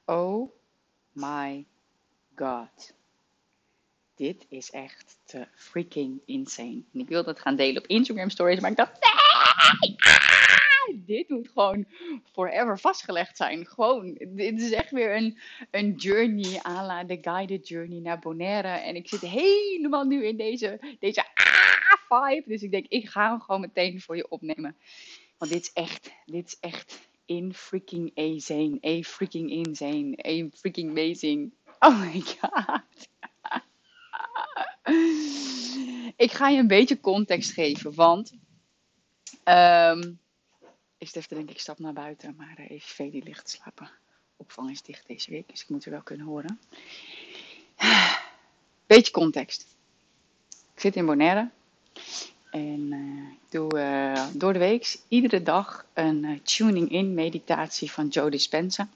Oh my god. Dit is echt te freaking insane. En ik wilde het gaan delen op Instagram stories, maar ik dacht, nee! Dit moet gewoon forever vastgelegd zijn. Gewoon, dit is echt weer een journey à la de guided journey naar Bonaire. En ik zit helemaal nu in deze vibe. Dus ik denk, ik ga hem gewoon meteen voor je opnemen. Want dit is echt in freaking insane. Freaking insane. Freaking amazing. Oh my god. Ik ga je een beetje context geven, want ik zit even te denken, ik stap naar buiten, maar EVV die ligt te slapen. Opvang is dicht deze week, dus ik moet er wel kunnen horen. Beetje context. Ik zit in Bonaire en ik doe door de week iedere dag een tuning-in meditatie van Joe Dispenza.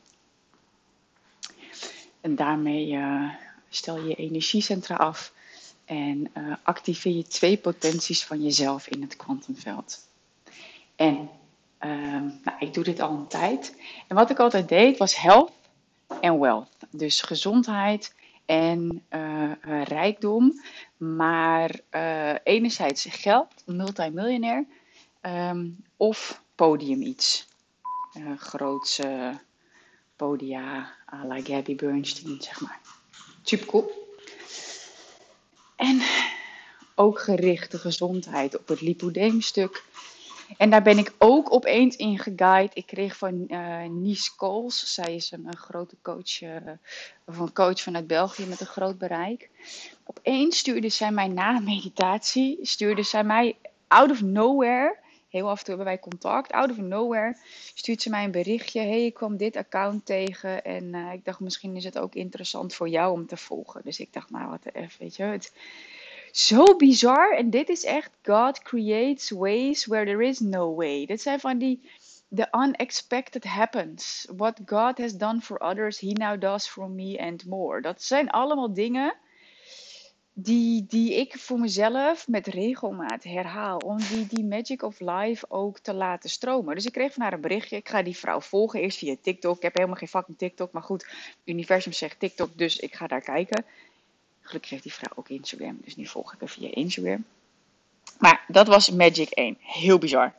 En daarmee stel je je energiecentra af en activeer je 2 potenties van jezelf in het kwantumveld. En nou, ik doe dit al een tijd. En wat ik altijd deed was health en wealth. Dus gezondheid en rijkdom. Maar enerzijds geld, multimiljonair. Of podium iets. Grootse podia à la Gabby Bernstein, zeg maar. Super cool. En ook gerichte gezondheid op het lipodeemstuk. En daar ben ik ook opeens in geguide. Ik kreeg van Nice Kools. Zij is een grote coach, of een coach vanuit België met een groot bereik. Opeens stuurde zij mij na een meditatie, stuurde zij mij out of nowhere. Heel af en toe hebben wij contact. Out of nowhere stuurt ze mij een berichtje. Hey, ik kwam dit account tegen. En ik dacht, misschien is het ook interessant voor jou om te volgen. Dus ik dacht, nou wat de F, weet je. Zo bizar. En dit is echt God creates ways where there is no way. Dit zijn van die the unexpected happens. What God has done for others, he now does for me and more. Dat zijn allemaal dingen die ik voor mezelf met regelmaat herhaal. Om die magic of life ook te laten stromen. Dus ik kreeg van haar een berichtje. Ik ga die vrouw volgen. Eerst via TikTok. Ik heb helemaal geen fucking TikTok. Maar goed, het universum zegt TikTok. Dus ik ga daar kijken. Gelukkig heeft die vrouw ook Instagram. Dus nu volg ik haar via Instagram. Maar dat was Magic 1. Heel bizar.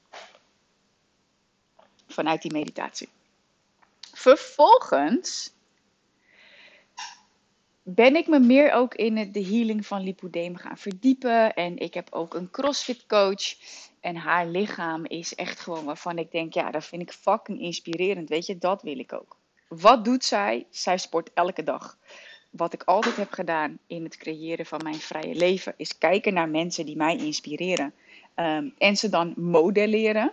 Vanuit die meditatie. Vervolgens ben ik me meer ook in de healing van lipodeem gaan verdiepen. En ik heb ook een CrossFit coach. En haar lichaam is echt gewoon waarvan ik denk, ja, dat vind ik fucking inspirerend. Weet je, dat wil ik ook. Wat doet zij? Zij sport elke dag. Wat ik altijd heb gedaan in het creëren van mijn vrije leven, is kijken naar mensen die mij inspireren. En ze dan modelleren.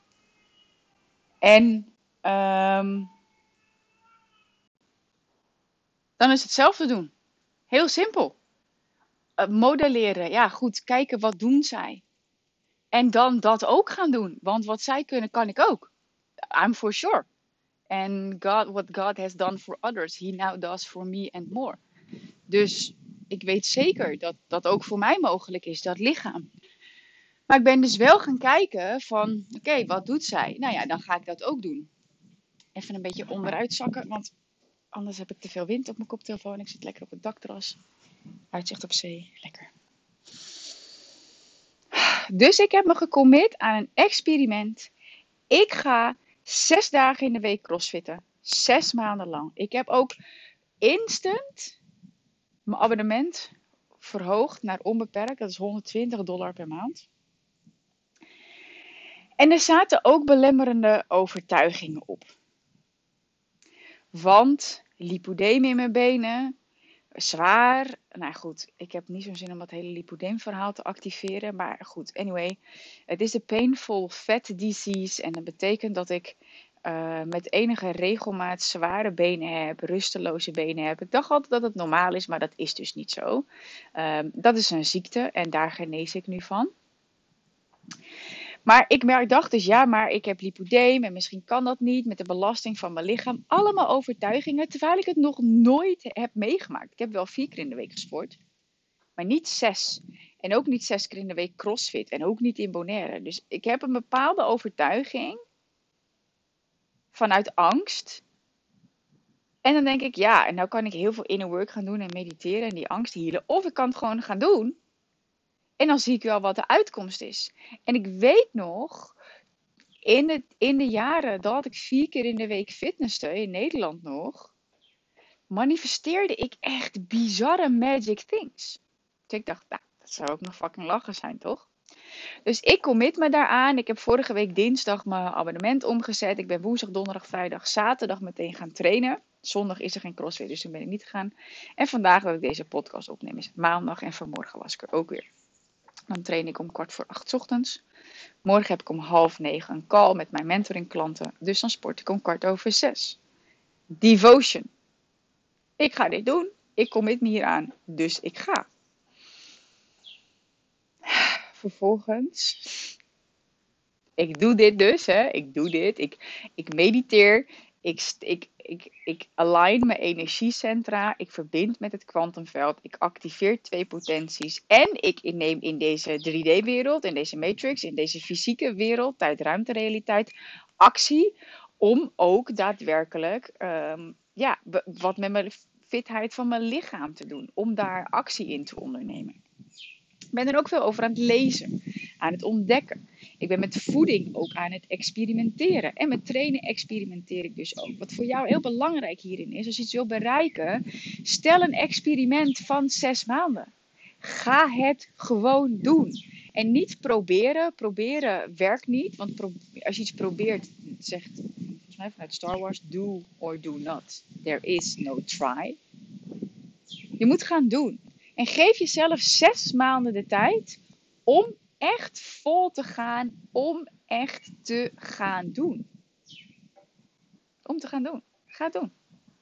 En dan is het zelf te doen. Heel simpel. Modelleren, ja goed, kijken wat doen zij. En dan dat ook gaan doen. Want wat zij kunnen, kan ik ook. I'm for sure. And God, what God has done for others, he now does for me and more. Dus ik weet zeker dat dat ook voor mij mogelijk is, dat lichaam. Maar ik ben dus wel gaan kijken van, oké, wat doet zij? Nou ja, dan ga ik dat ook doen. Even een beetje onderuit zakken, want anders heb ik te veel wind op mijn koptelefoon. Ik zit lekker op het dakterras. Uitzicht op zee, lekker. Dus ik heb me gecommit aan een experiment. Ik ga 6 dagen in de week crossfitten. 6 maanden lang. Ik heb ook instant mijn abonnement verhoogd naar onbeperkt. Dat is $120 per maand. En er zaten ook belemmerende overtuigingen op. Want lipodeem in mijn benen, zwaar. Nou goed, ik heb niet zo'n zin om dat hele lipodeemverhaal te activeren. Maar goed, anyway. Het is de painful fat disease. En dat betekent dat ik met enige regelmaat zware benen heb, rusteloze benen heb. Ik dacht altijd dat het normaal is, maar dat is dus niet zo. Dat is een ziekte en daar genees ik nu van. Maar ik dacht dus, ja, maar ik heb lipodeem en misschien kan dat niet met de belasting van mijn lichaam. Allemaal overtuigingen, terwijl ik het nog nooit heb meegemaakt. Ik heb wel 4 keer in de week gesport, maar niet 6. En ook niet 6 keer in de week crossfit en ook niet in Bonaire. Dus ik heb een bepaalde overtuiging vanuit angst En dan denk ik, ja, en nou kan ik heel veel inner work gaan doen en mediteren en die angst healen. Of ik kan het gewoon gaan doen. En dan zie ik wel wat de uitkomst is. En ik weet nog, in de jaren dat ik 4 keer in de week fitnesste, in Nederland nog, manifesteerde ik echt bizarre magic things. Dus ik dacht, nou, dat zou ook nog fucking lachen zijn, toch? Dus ik commit me daaraan. Ik heb vorige week dinsdag mijn abonnement omgezet. Ik ben woensdag, donderdag, vrijdag, zaterdag meteen gaan trainen. Zondag is er geen crossfit, dus toen ben ik niet gegaan. En vandaag dat ik deze podcast opneem is het maandag en vanmorgen was ik er ook weer. Dan train ik om 7:15 ochtends. Morgen heb ik om 8:30 een call met mijn mentoring klanten. Dus dan sport ik om 5:15. Devotion. Ik ga dit doen. Ik commit me hier aan. Dus ik ga. Vervolgens. Ik doe dit dus. Hè. Ik doe dit. Ik mediteer. Ik align mijn energiecentra. Ik verbind met het kwantumveld. Ik activeer 2 potenties. En ik neem in deze 3D-wereld, in deze matrix, in deze fysieke wereld, tijd-ruimte-realiteit, actie. Om ook daadwerkelijk wat met mijn fitheid van mijn lichaam te doen. Om daar actie in te ondernemen. Ik ben er ook veel over aan het lezen, aan het ontdekken. Ik ben met voeding ook aan het experimenteren. En met trainen experimenteer ik dus ook. Wat voor jou heel belangrijk hierin is, als je iets wil bereiken, stel een experiment van 6 maanden. Ga het gewoon doen. En niet proberen. Proberen werkt niet. Want als je iets probeert, zegt volgens mij vanuit Star Wars, do or do not. There is no try. Je moet gaan doen. En geef jezelf 6 maanden de tijd om echt vol te gaan. Om echt te gaan doen. Om te gaan doen. Ga het doen.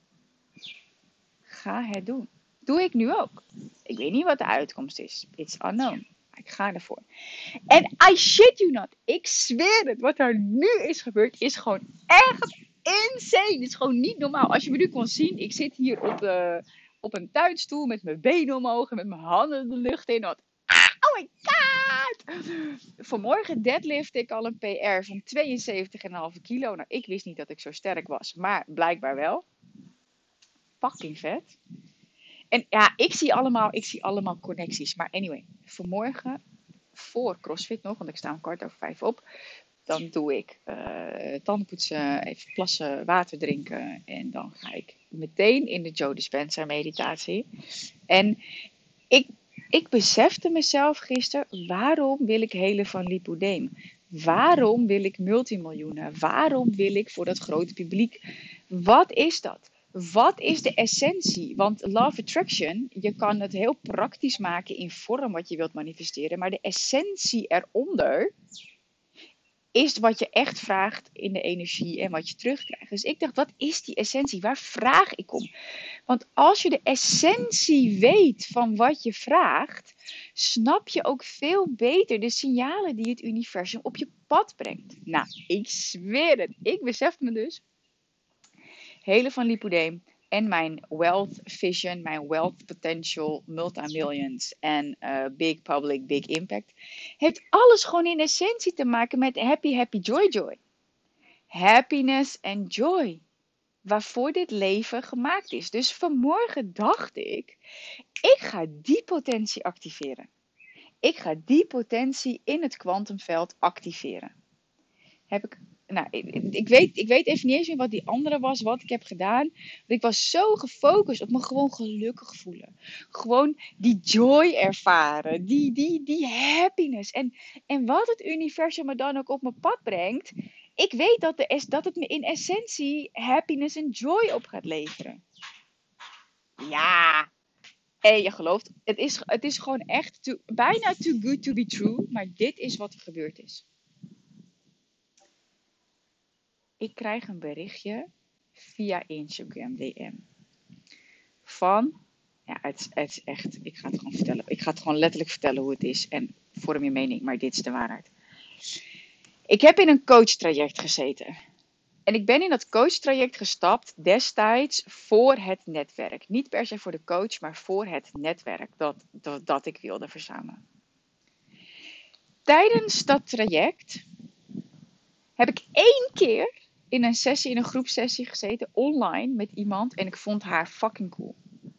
Ga het doen. Doe ik nu ook. Ik weet niet wat de uitkomst is. It's unknown. Maar ik ga ervoor. En I shit you not. Ik zweer het. Wat er nu is gebeurd is gewoon echt insane. Het is gewoon niet normaal. Als je me nu kon zien. Ik zit hier op een tuinstoel met mijn benen omhoog en met mijn handen de lucht in. Want, oh my god! Vanmorgen deadlift ik al een PR van 72,5 kilo. Nou, ik wist niet dat ik zo sterk was, maar blijkbaar wel. Fucking vet. En ja, ik zie allemaal connecties. Maar anyway, vanmorgen voor CrossFit nog, want ik sta om 4:15 op. Dan doe ik tanden poetsen, even plassen, water drinken. En dan ga ik meteen in de Joe Dispenza meditatie. En ik besefte mezelf gisteren, waarom wil ik helen van lipodeem? Waarom wil ik multimiljoenen? Waarom wil ik voor dat grote publiek? Wat is dat? Wat is de essentie? Want Love Attraction, je kan het heel praktisch maken in vorm wat je wilt manifesteren. Maar de essentie eronder is wat je echt vraagt in de energie en wat je terugkrijgt. Dus ik dacht, wat is die essentie? Waar vraag ik om? Want als je de essentie weet van wat je vraagt, snap je ook veel beter de signalen die het universum op je pad brengt. Nou, ik zweer het. Ik besef me dus, helen van lipodeem en mijn wealth vision, mijn wealth potential, multimillions en big public, big impact, heeft alles gewoon in essentie te maken met happy, happy, joy, joy. Happiness en joy. Waarvoor dit leven gemaakt is. Dus vanmorgen dacht ik ga die potentie activeren. Ik ga die potentie in het kwantumveld activeren. Ik weet even niet eens meer wat die andere was, wat ik heb gedaan. Want ik was zo gefocust op me gewoon gelukkig voelen. Gewoon die joy ervaren. Die happiness. En wat het universum me dan ook op mijn pad brengt. Ik weet dat het me in essentie happiness en joy op gaat leveren. Ja. En je gelooft, het is gewoon echt bijna too good to be true. Maar dit is wat er gebeurd is. Ik krijg een berichtje via Instagram DM. Het is echt, ik ga het gewoon vertellen. Ik ga het gewoon letterlijk vertellen hoe het is. En vorm je mening, maar dit is de waarheid. Ik heb in een coachtraject gezeten. En ik ben in dat coachtraject gestapt destijds voor het netwerk. Niet per se voor de coach, maar voor het netwerk dat ik wilde verzamelen. Tijdens dat traject heb ik 1 keer in een groepsessie gezeten, online, met iemand. En ik vond haar fucking cool.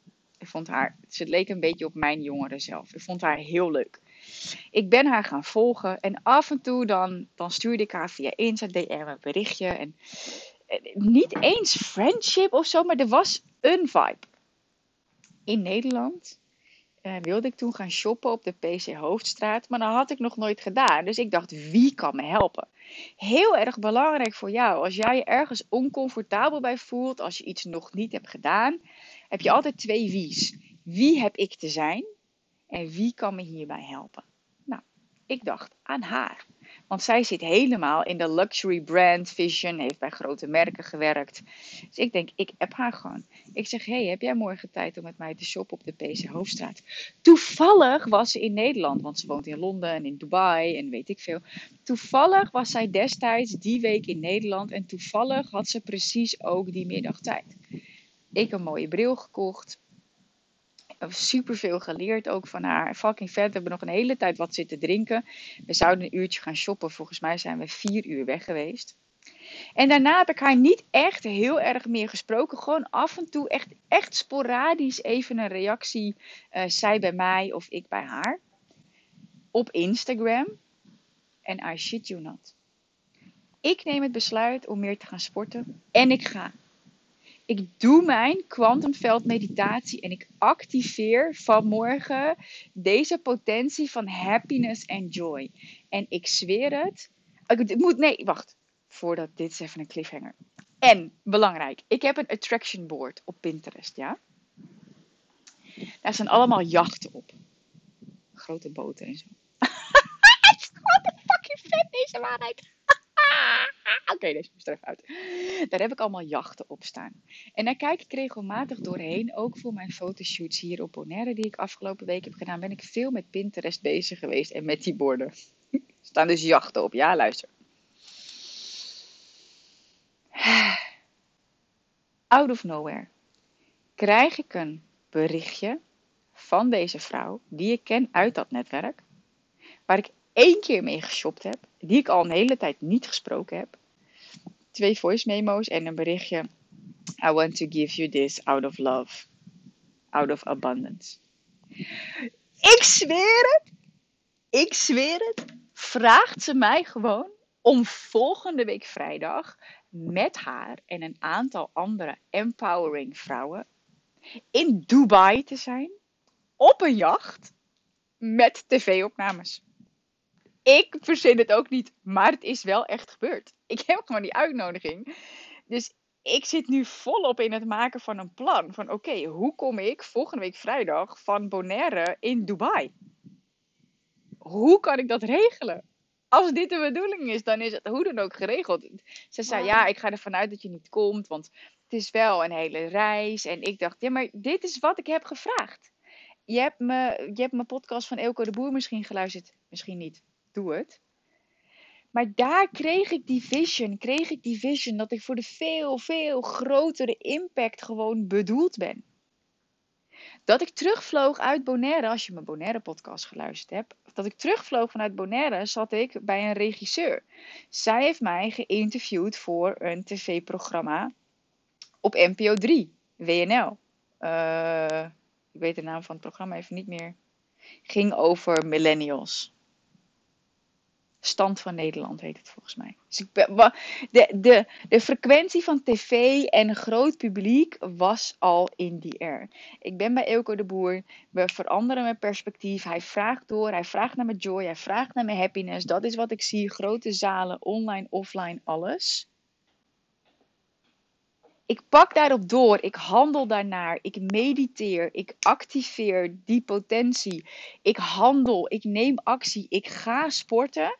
Ze leek een beetje op mijn jongere zelf. Ik vond haar heel leuk. Ik ben haar gaan volgen. En af en toe dan stuurde ik haar via Insta DM een berichtje. En niet eens friendship of zo, maar er was een vibe. In Nederland wilde ik toen gaan shoppen op de PC Hoofdstraat. Maar dat had ik nog nooit gedaan. Dus ik dacht, wie kan me helpen? Heel erg belangrijk voor jou. Als jij je ergens oncomfortabel bij voelt. Als je iets nog niet hebt gedaan. Heb je altijd twee wie's. Wie heb ik te zijn? En wie kan me hierbij helpen? Nou, ik dacht aan haar. Want zij zit helemaal in de luxury brand vision. Heeft bij grote merken gewerkt. Dus ik denk, ik app haar gewoon. Ik zeg, hey, heb jij morgen tijd om met mij te shoppen op de PC Hoofdstraat? Toevallig was ze in Nederland. Want ze woont in Londen en in Dubai en weet ik veel. Toevallig was zij destijds die week in Nederland. En toevallig had ze precies ook die middag tijd. Ik een mooie bril gekocht. Super veel geleerd ook van haar. Fucking vet. We hebben nog een hele tijd wat zitten drinken. We zouden een uurtje gaan shoppen. Volgens mij zijn we 4 uur weg geweest. En daarna heb ik haar niet echt heel erg meer gesproken. Gewoon af en toe echt sporadisch even een reactie. Zij bij mij of ik bij haar. Op Instagram. En I shit you not. Ik neem het besluit om meer te gaan sporten. En ik ga. Ik doe mijn kwantumveld meditatie en ik activeer vanmorgen deze potentie van happiness en joy. En ik zweer het. Wacht. Dit is even een cliffhanger. En, belangrijk, ik heb een attraction board op Pinterest, ja. Daar staan allemaal jachten op. Grote boten en zo. Het is gewoon fucking vet, deze waarheid. Oké, deze moest er even uit. Daar heb ik allemaal jachten op staan. En daar kijk ik regelmatig doorheen. Ook voor mijn fotoshoots hier op Bonaire die ik afgelopen week heb gedaan. Ben ik veel met Pinterest bezig geweest en met die borden. Er staan dus jachten op. Ja, luister. Out of nowhere krijg ik een berichtje van deze vrouw die ik ken uit dat netwerk. Waar ik 1 keer mee geshopt heb. Die ik al een hele tijd niet gesproken heb. 2 voice memo's en een berichtje. I want to give you this out of love. Out of abundance. Ik zweer het. Vraagt ze mij gewoon om volgende week vrijdag met haar en een aantal andere empowering vrouwen in Dubai te zijn. Op een jacht met tv-opnames. Ik verzin het ook niet, maar het is wel echt gebeurd. Ik heb gewoon die uitnodiging. Dus ik zit nu volop in het maken van een plan. Van oké, hoe kom ik volgende week vrijdag van Bonaire in Dubai? Hoe kan ik dat regelen? Als dit de bedoeling is, dan is het hoe dan ook geregeld. Ze zei, ja, ik ga ervan uit dat je niet komt, want het is wel een hele reis. En ik dacht, ja, maar dit is wat ik heb gevraagd. Je hebt mijn podcast van Eelco de Boer misschien geluisterd. Misschien niet. Doe het. Maar daar kreeg ik die vision dat ik voor de veel, veel grotere impact gewoon bedoeld ben. Dat ik terugvloog uit Bonaire, als je mijn Bonaire podcast geluisterd hebt. Dat ik terugvloog vanuit Bonaire, zat ik bij een regisseur. Zij heeft mij geïnterviewd voor een tv-programma op NPO 3, WNL. Ik weet de naam van het programma even niet meer. Ging over millennials. Stand van Nederland heet het volgens mij. Dus de frequentie van tv en groot publiek was al in the air. Ik ben bij Eelco de Boer. We veranderen mijn perspectief. Hij vraagt door. Hij vraagt naar mijn joy. Hij vraagt naar mijn happiness. Dat is wat ik zie. Grote zalen, online, offline, alles. Ik pak daarop door. Ik handel daarnaar. Ik mediteer. Ik activeer die potentie. Ik handel. Ik neem actie. Ik ga sporten.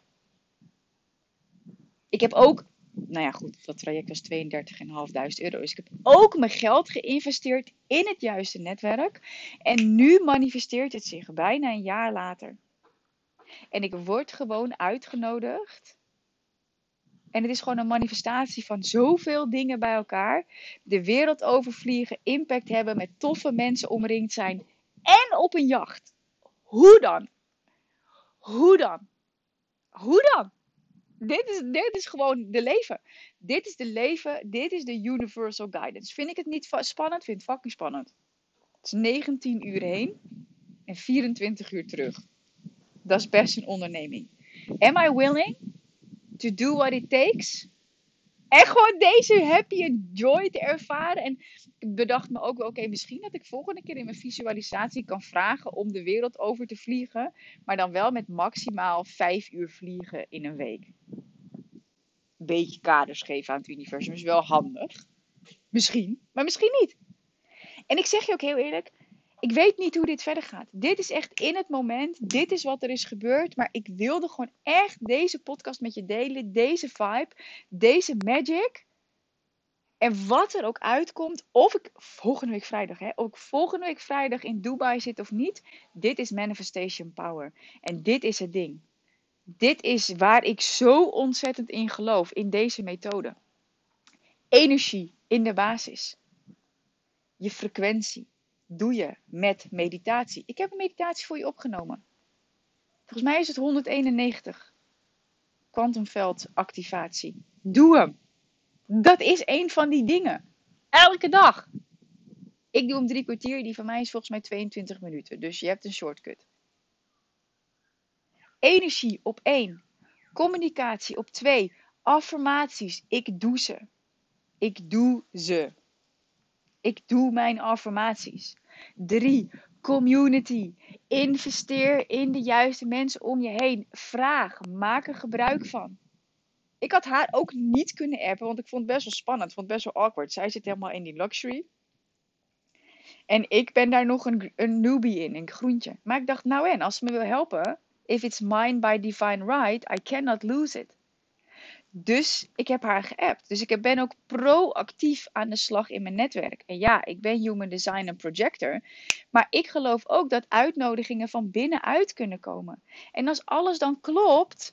Ik heb ook, nou ja goed, dat traject was €32.500. Dus ik heb ook mijn geld geïnvesteerd in het juiste netwerk. En nu manifesteert het zich bijna een jaar later. En ik word gewoon uitgenodigd. En het is gewoon een manifestatie van zoveel dingen bij elkaar. De wereld overvliegen, impact hebben, met toffe mensen omringd zijn. En op een jacht. Hoe dan? Hoe dan? Hoe dan? Dit is gewoon de leven. Dit is de leven. Dit is de universal guidance. Vind ik het niet spannend? Vind het fucking spannend. Het is 19 uur heen en 24 uur terug. Dat is best een onderneming. Am I willing to do what it takes? En gewoon deze happy en joy te ervaren. En ik bedacht me ook wel, oké, misschien dat ik volgende keer in mijn visualisatie kan vragen om de wereld over te vliegen. Maar dan wel met maximaal 5 uur vliegen in een week. Een beetje kaders geven aan het universum is wel handig. Misschien, maar misschien niet. En ik zeg je ook heel eerlijk, ik weet niet hoe dit verder gaat. Dit is echt in het moment. Dit is wat er is gebeurd. Maar ik wilde gewoon echt deze podcast met je delen. Deze vibe. Deze magic. En wat er ook uitkomt. Of ik volgende week vrijdag. Of ik volgende week vrijdag in Dubai zit of niet. Dit is manifestation power. En dit is het ding. Dit is waar ik zo ontzettend in geloof. In deze methode. Energie in de basis. Je frequentie doe je met meditatie. Ik heb een meditatie voor je opgenomen. Volgens mij is het 191. Kwantumveldactivatie. Doe hem. Dat is een van die dingen. Elke dag. Ik doe hem 3 kwartier. Die van mij is volgens mij 22 minuten. Dus je hebt een shortcut. Energie op 1. Communicatie op 2. Affirmaties. Ik doe ze. Ik doe ze. Ik doe mijn affirmaties. 3. Community. Investeer in de juiste mensen om je heen. Vraag. Maak er gebruik van. Ik had haar ook niet kunnen appen, want ik vond het best wel spannend. Ik vond het best wel awkward. Zij zit helemaal in die luxury. En ik ben daar nog een newbie in, een groentje. Maar ik dacht, nou en, als ze me wil helpen. If it's mine by divine right, I cannot lose it. Dus ik heb haar geappt. Dus ik ben ook proactief aan de slag in mijn netwerk. En ja, ik ben human design en projector. Maar ik geloof ook dat uitnodigingen van binnenuit kunnen komen. En als alles dan klopt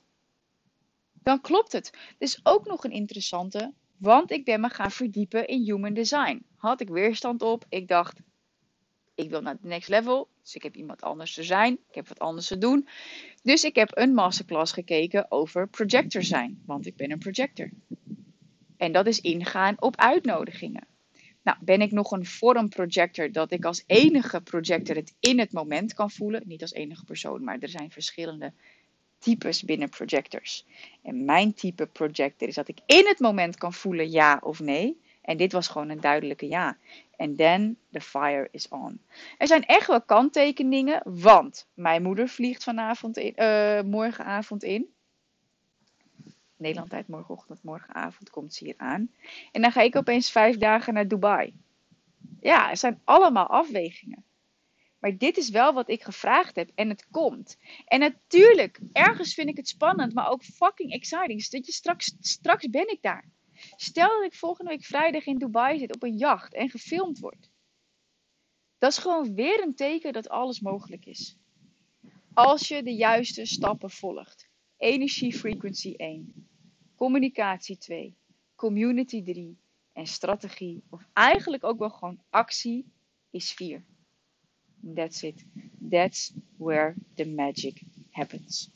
het. Dus ook nog een interessante, want ik ben me gaan verdiepen in human design. Had ik weerstand op. Ik dacht, ik wil naar het next level. Dus ik heb iemand anders te zijn. Ik heb wat anders te doen. Dus ik heb een masterclass gekeken over projector zijn. Want ik ben een projector. En dat is ingaan op uitnodigingen. Nou, ben ik nog een vorm projector dat ik als enige projector het in het moment kan voelen. Niet als enige persoon, maar er zijn verschillende types binnen projectors. En mijn type projector is dat ik in het moment kan voelen ja of nee. En dit was gewoon een duidelijke ja. En then the fire is on. Er zijn echt wel kanttekeningen, want mijn moeder vliegt morgenavond in. Nederland tijd morgenavond komt ze hier aan. En dan ga ik opeens 5 dagen naar Dubai. Ja, er zijn allemaal afwegingen. Maar dit is wel wat ik gevraagd heb en het komt. En natuurlijk, ergens vind ik het spannend, maar ook fucking exciting. Dat je straks ben ik daar. Stel dat ik volgende week vrijdag in Dubai zit op een jacht en gefilmd word. Dat is gewoon weer een teken dat alles mogelijk is. Als je de juiste stappen volgt. Energie frequency 1. Communicatie 2. Community 3. En strategie, of eigenlijk ook wel gewoon actie, is 4. That's it. That's where the magic happens.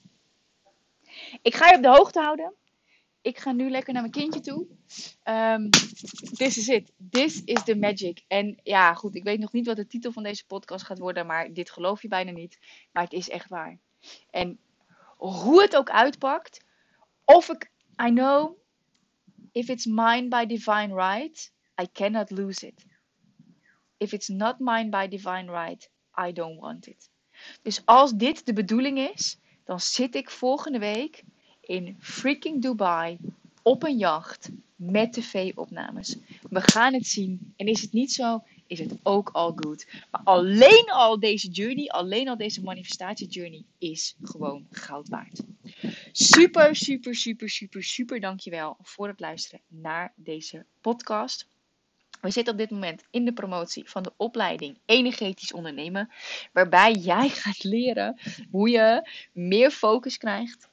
Ik ga je op de hoogte houden. Ik ga nu lekker naar mijn kindje toe. This is it. This is the magic. En ja, goed, ik weet nog niet wat de titel van deze podcast gaat worden, maar dit geloof je bijna niet. Maar het is echt waar. En hoe het ook uitpakt, I know, if it's mine by divine right, I cannot lose it. If it's not mine by divine right, I don't want it. Dus als dit de bedoeling is, dan zit ik volgende week in freaking Dubai op een jacht met tv-opnames. We gaan het zien. En is het niet zo, is het ook al goed. Maar alleen al deze journey, alleen al deze manifestatie-journey is gewoon goud waard. Super, super, super, super, super dankjewel voor het luisteren naar deze podcast. We zitten op dit moment in de promotie van de opleiding Energetisch Ondernemen. Waarbij jij gaat leren hoe je meer focus krijgt.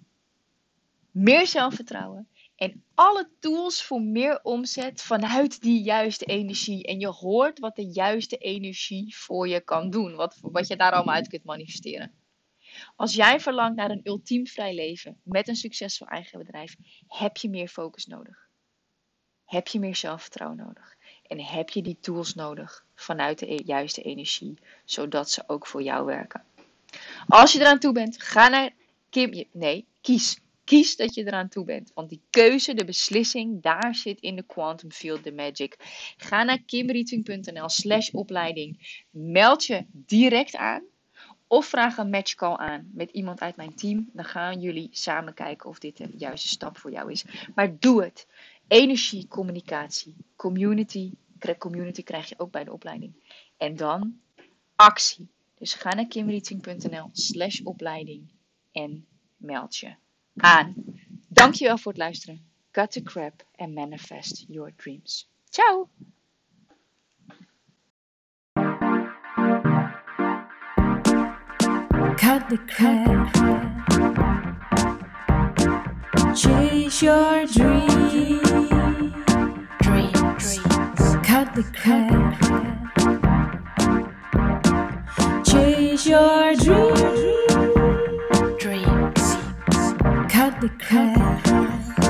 Meer zelfvertrouwen. En alle tools voor meer omzet vanuit die juiste energie. En je hoort wat de juiste energie voor je kan doen. Wat je daar allemaal uit kunt manifesteren. Als jij verlangt naar een ultiem vrij leven met een succesvol eigen bedrijf, heb je meer focus nodig. Heb je meer zelfvertrouwen nodig. En heb je die tools nodig vanuit de juiste energie, zodat ze ook voor jou werken. Als je eraan toe bent, ga naar kies dat je eraan toe bent. Want die keuze, de beslissing, daar zit in de Quantum Field, de magic. Ga naar kimrietwing.nl/opleiding. Meld je direct aan. Of vraag een matchcall aan met iemand uit mijn team. Dan gaan jullie samen kijken of dit de juiste stap voor jou is. Maar doe het. Energie, communicatie, community krijg je ook bij de opleiding. En dan actie. Dus ga naar kimrietwing.nl/opleiding en meld je aan. Dankjewel voor het luisteren. Cut the crap and manifest your dreams. Ciao! Cut the crap. Chase your dreams. Cut the crap. Chase your dreams. Cut the crap.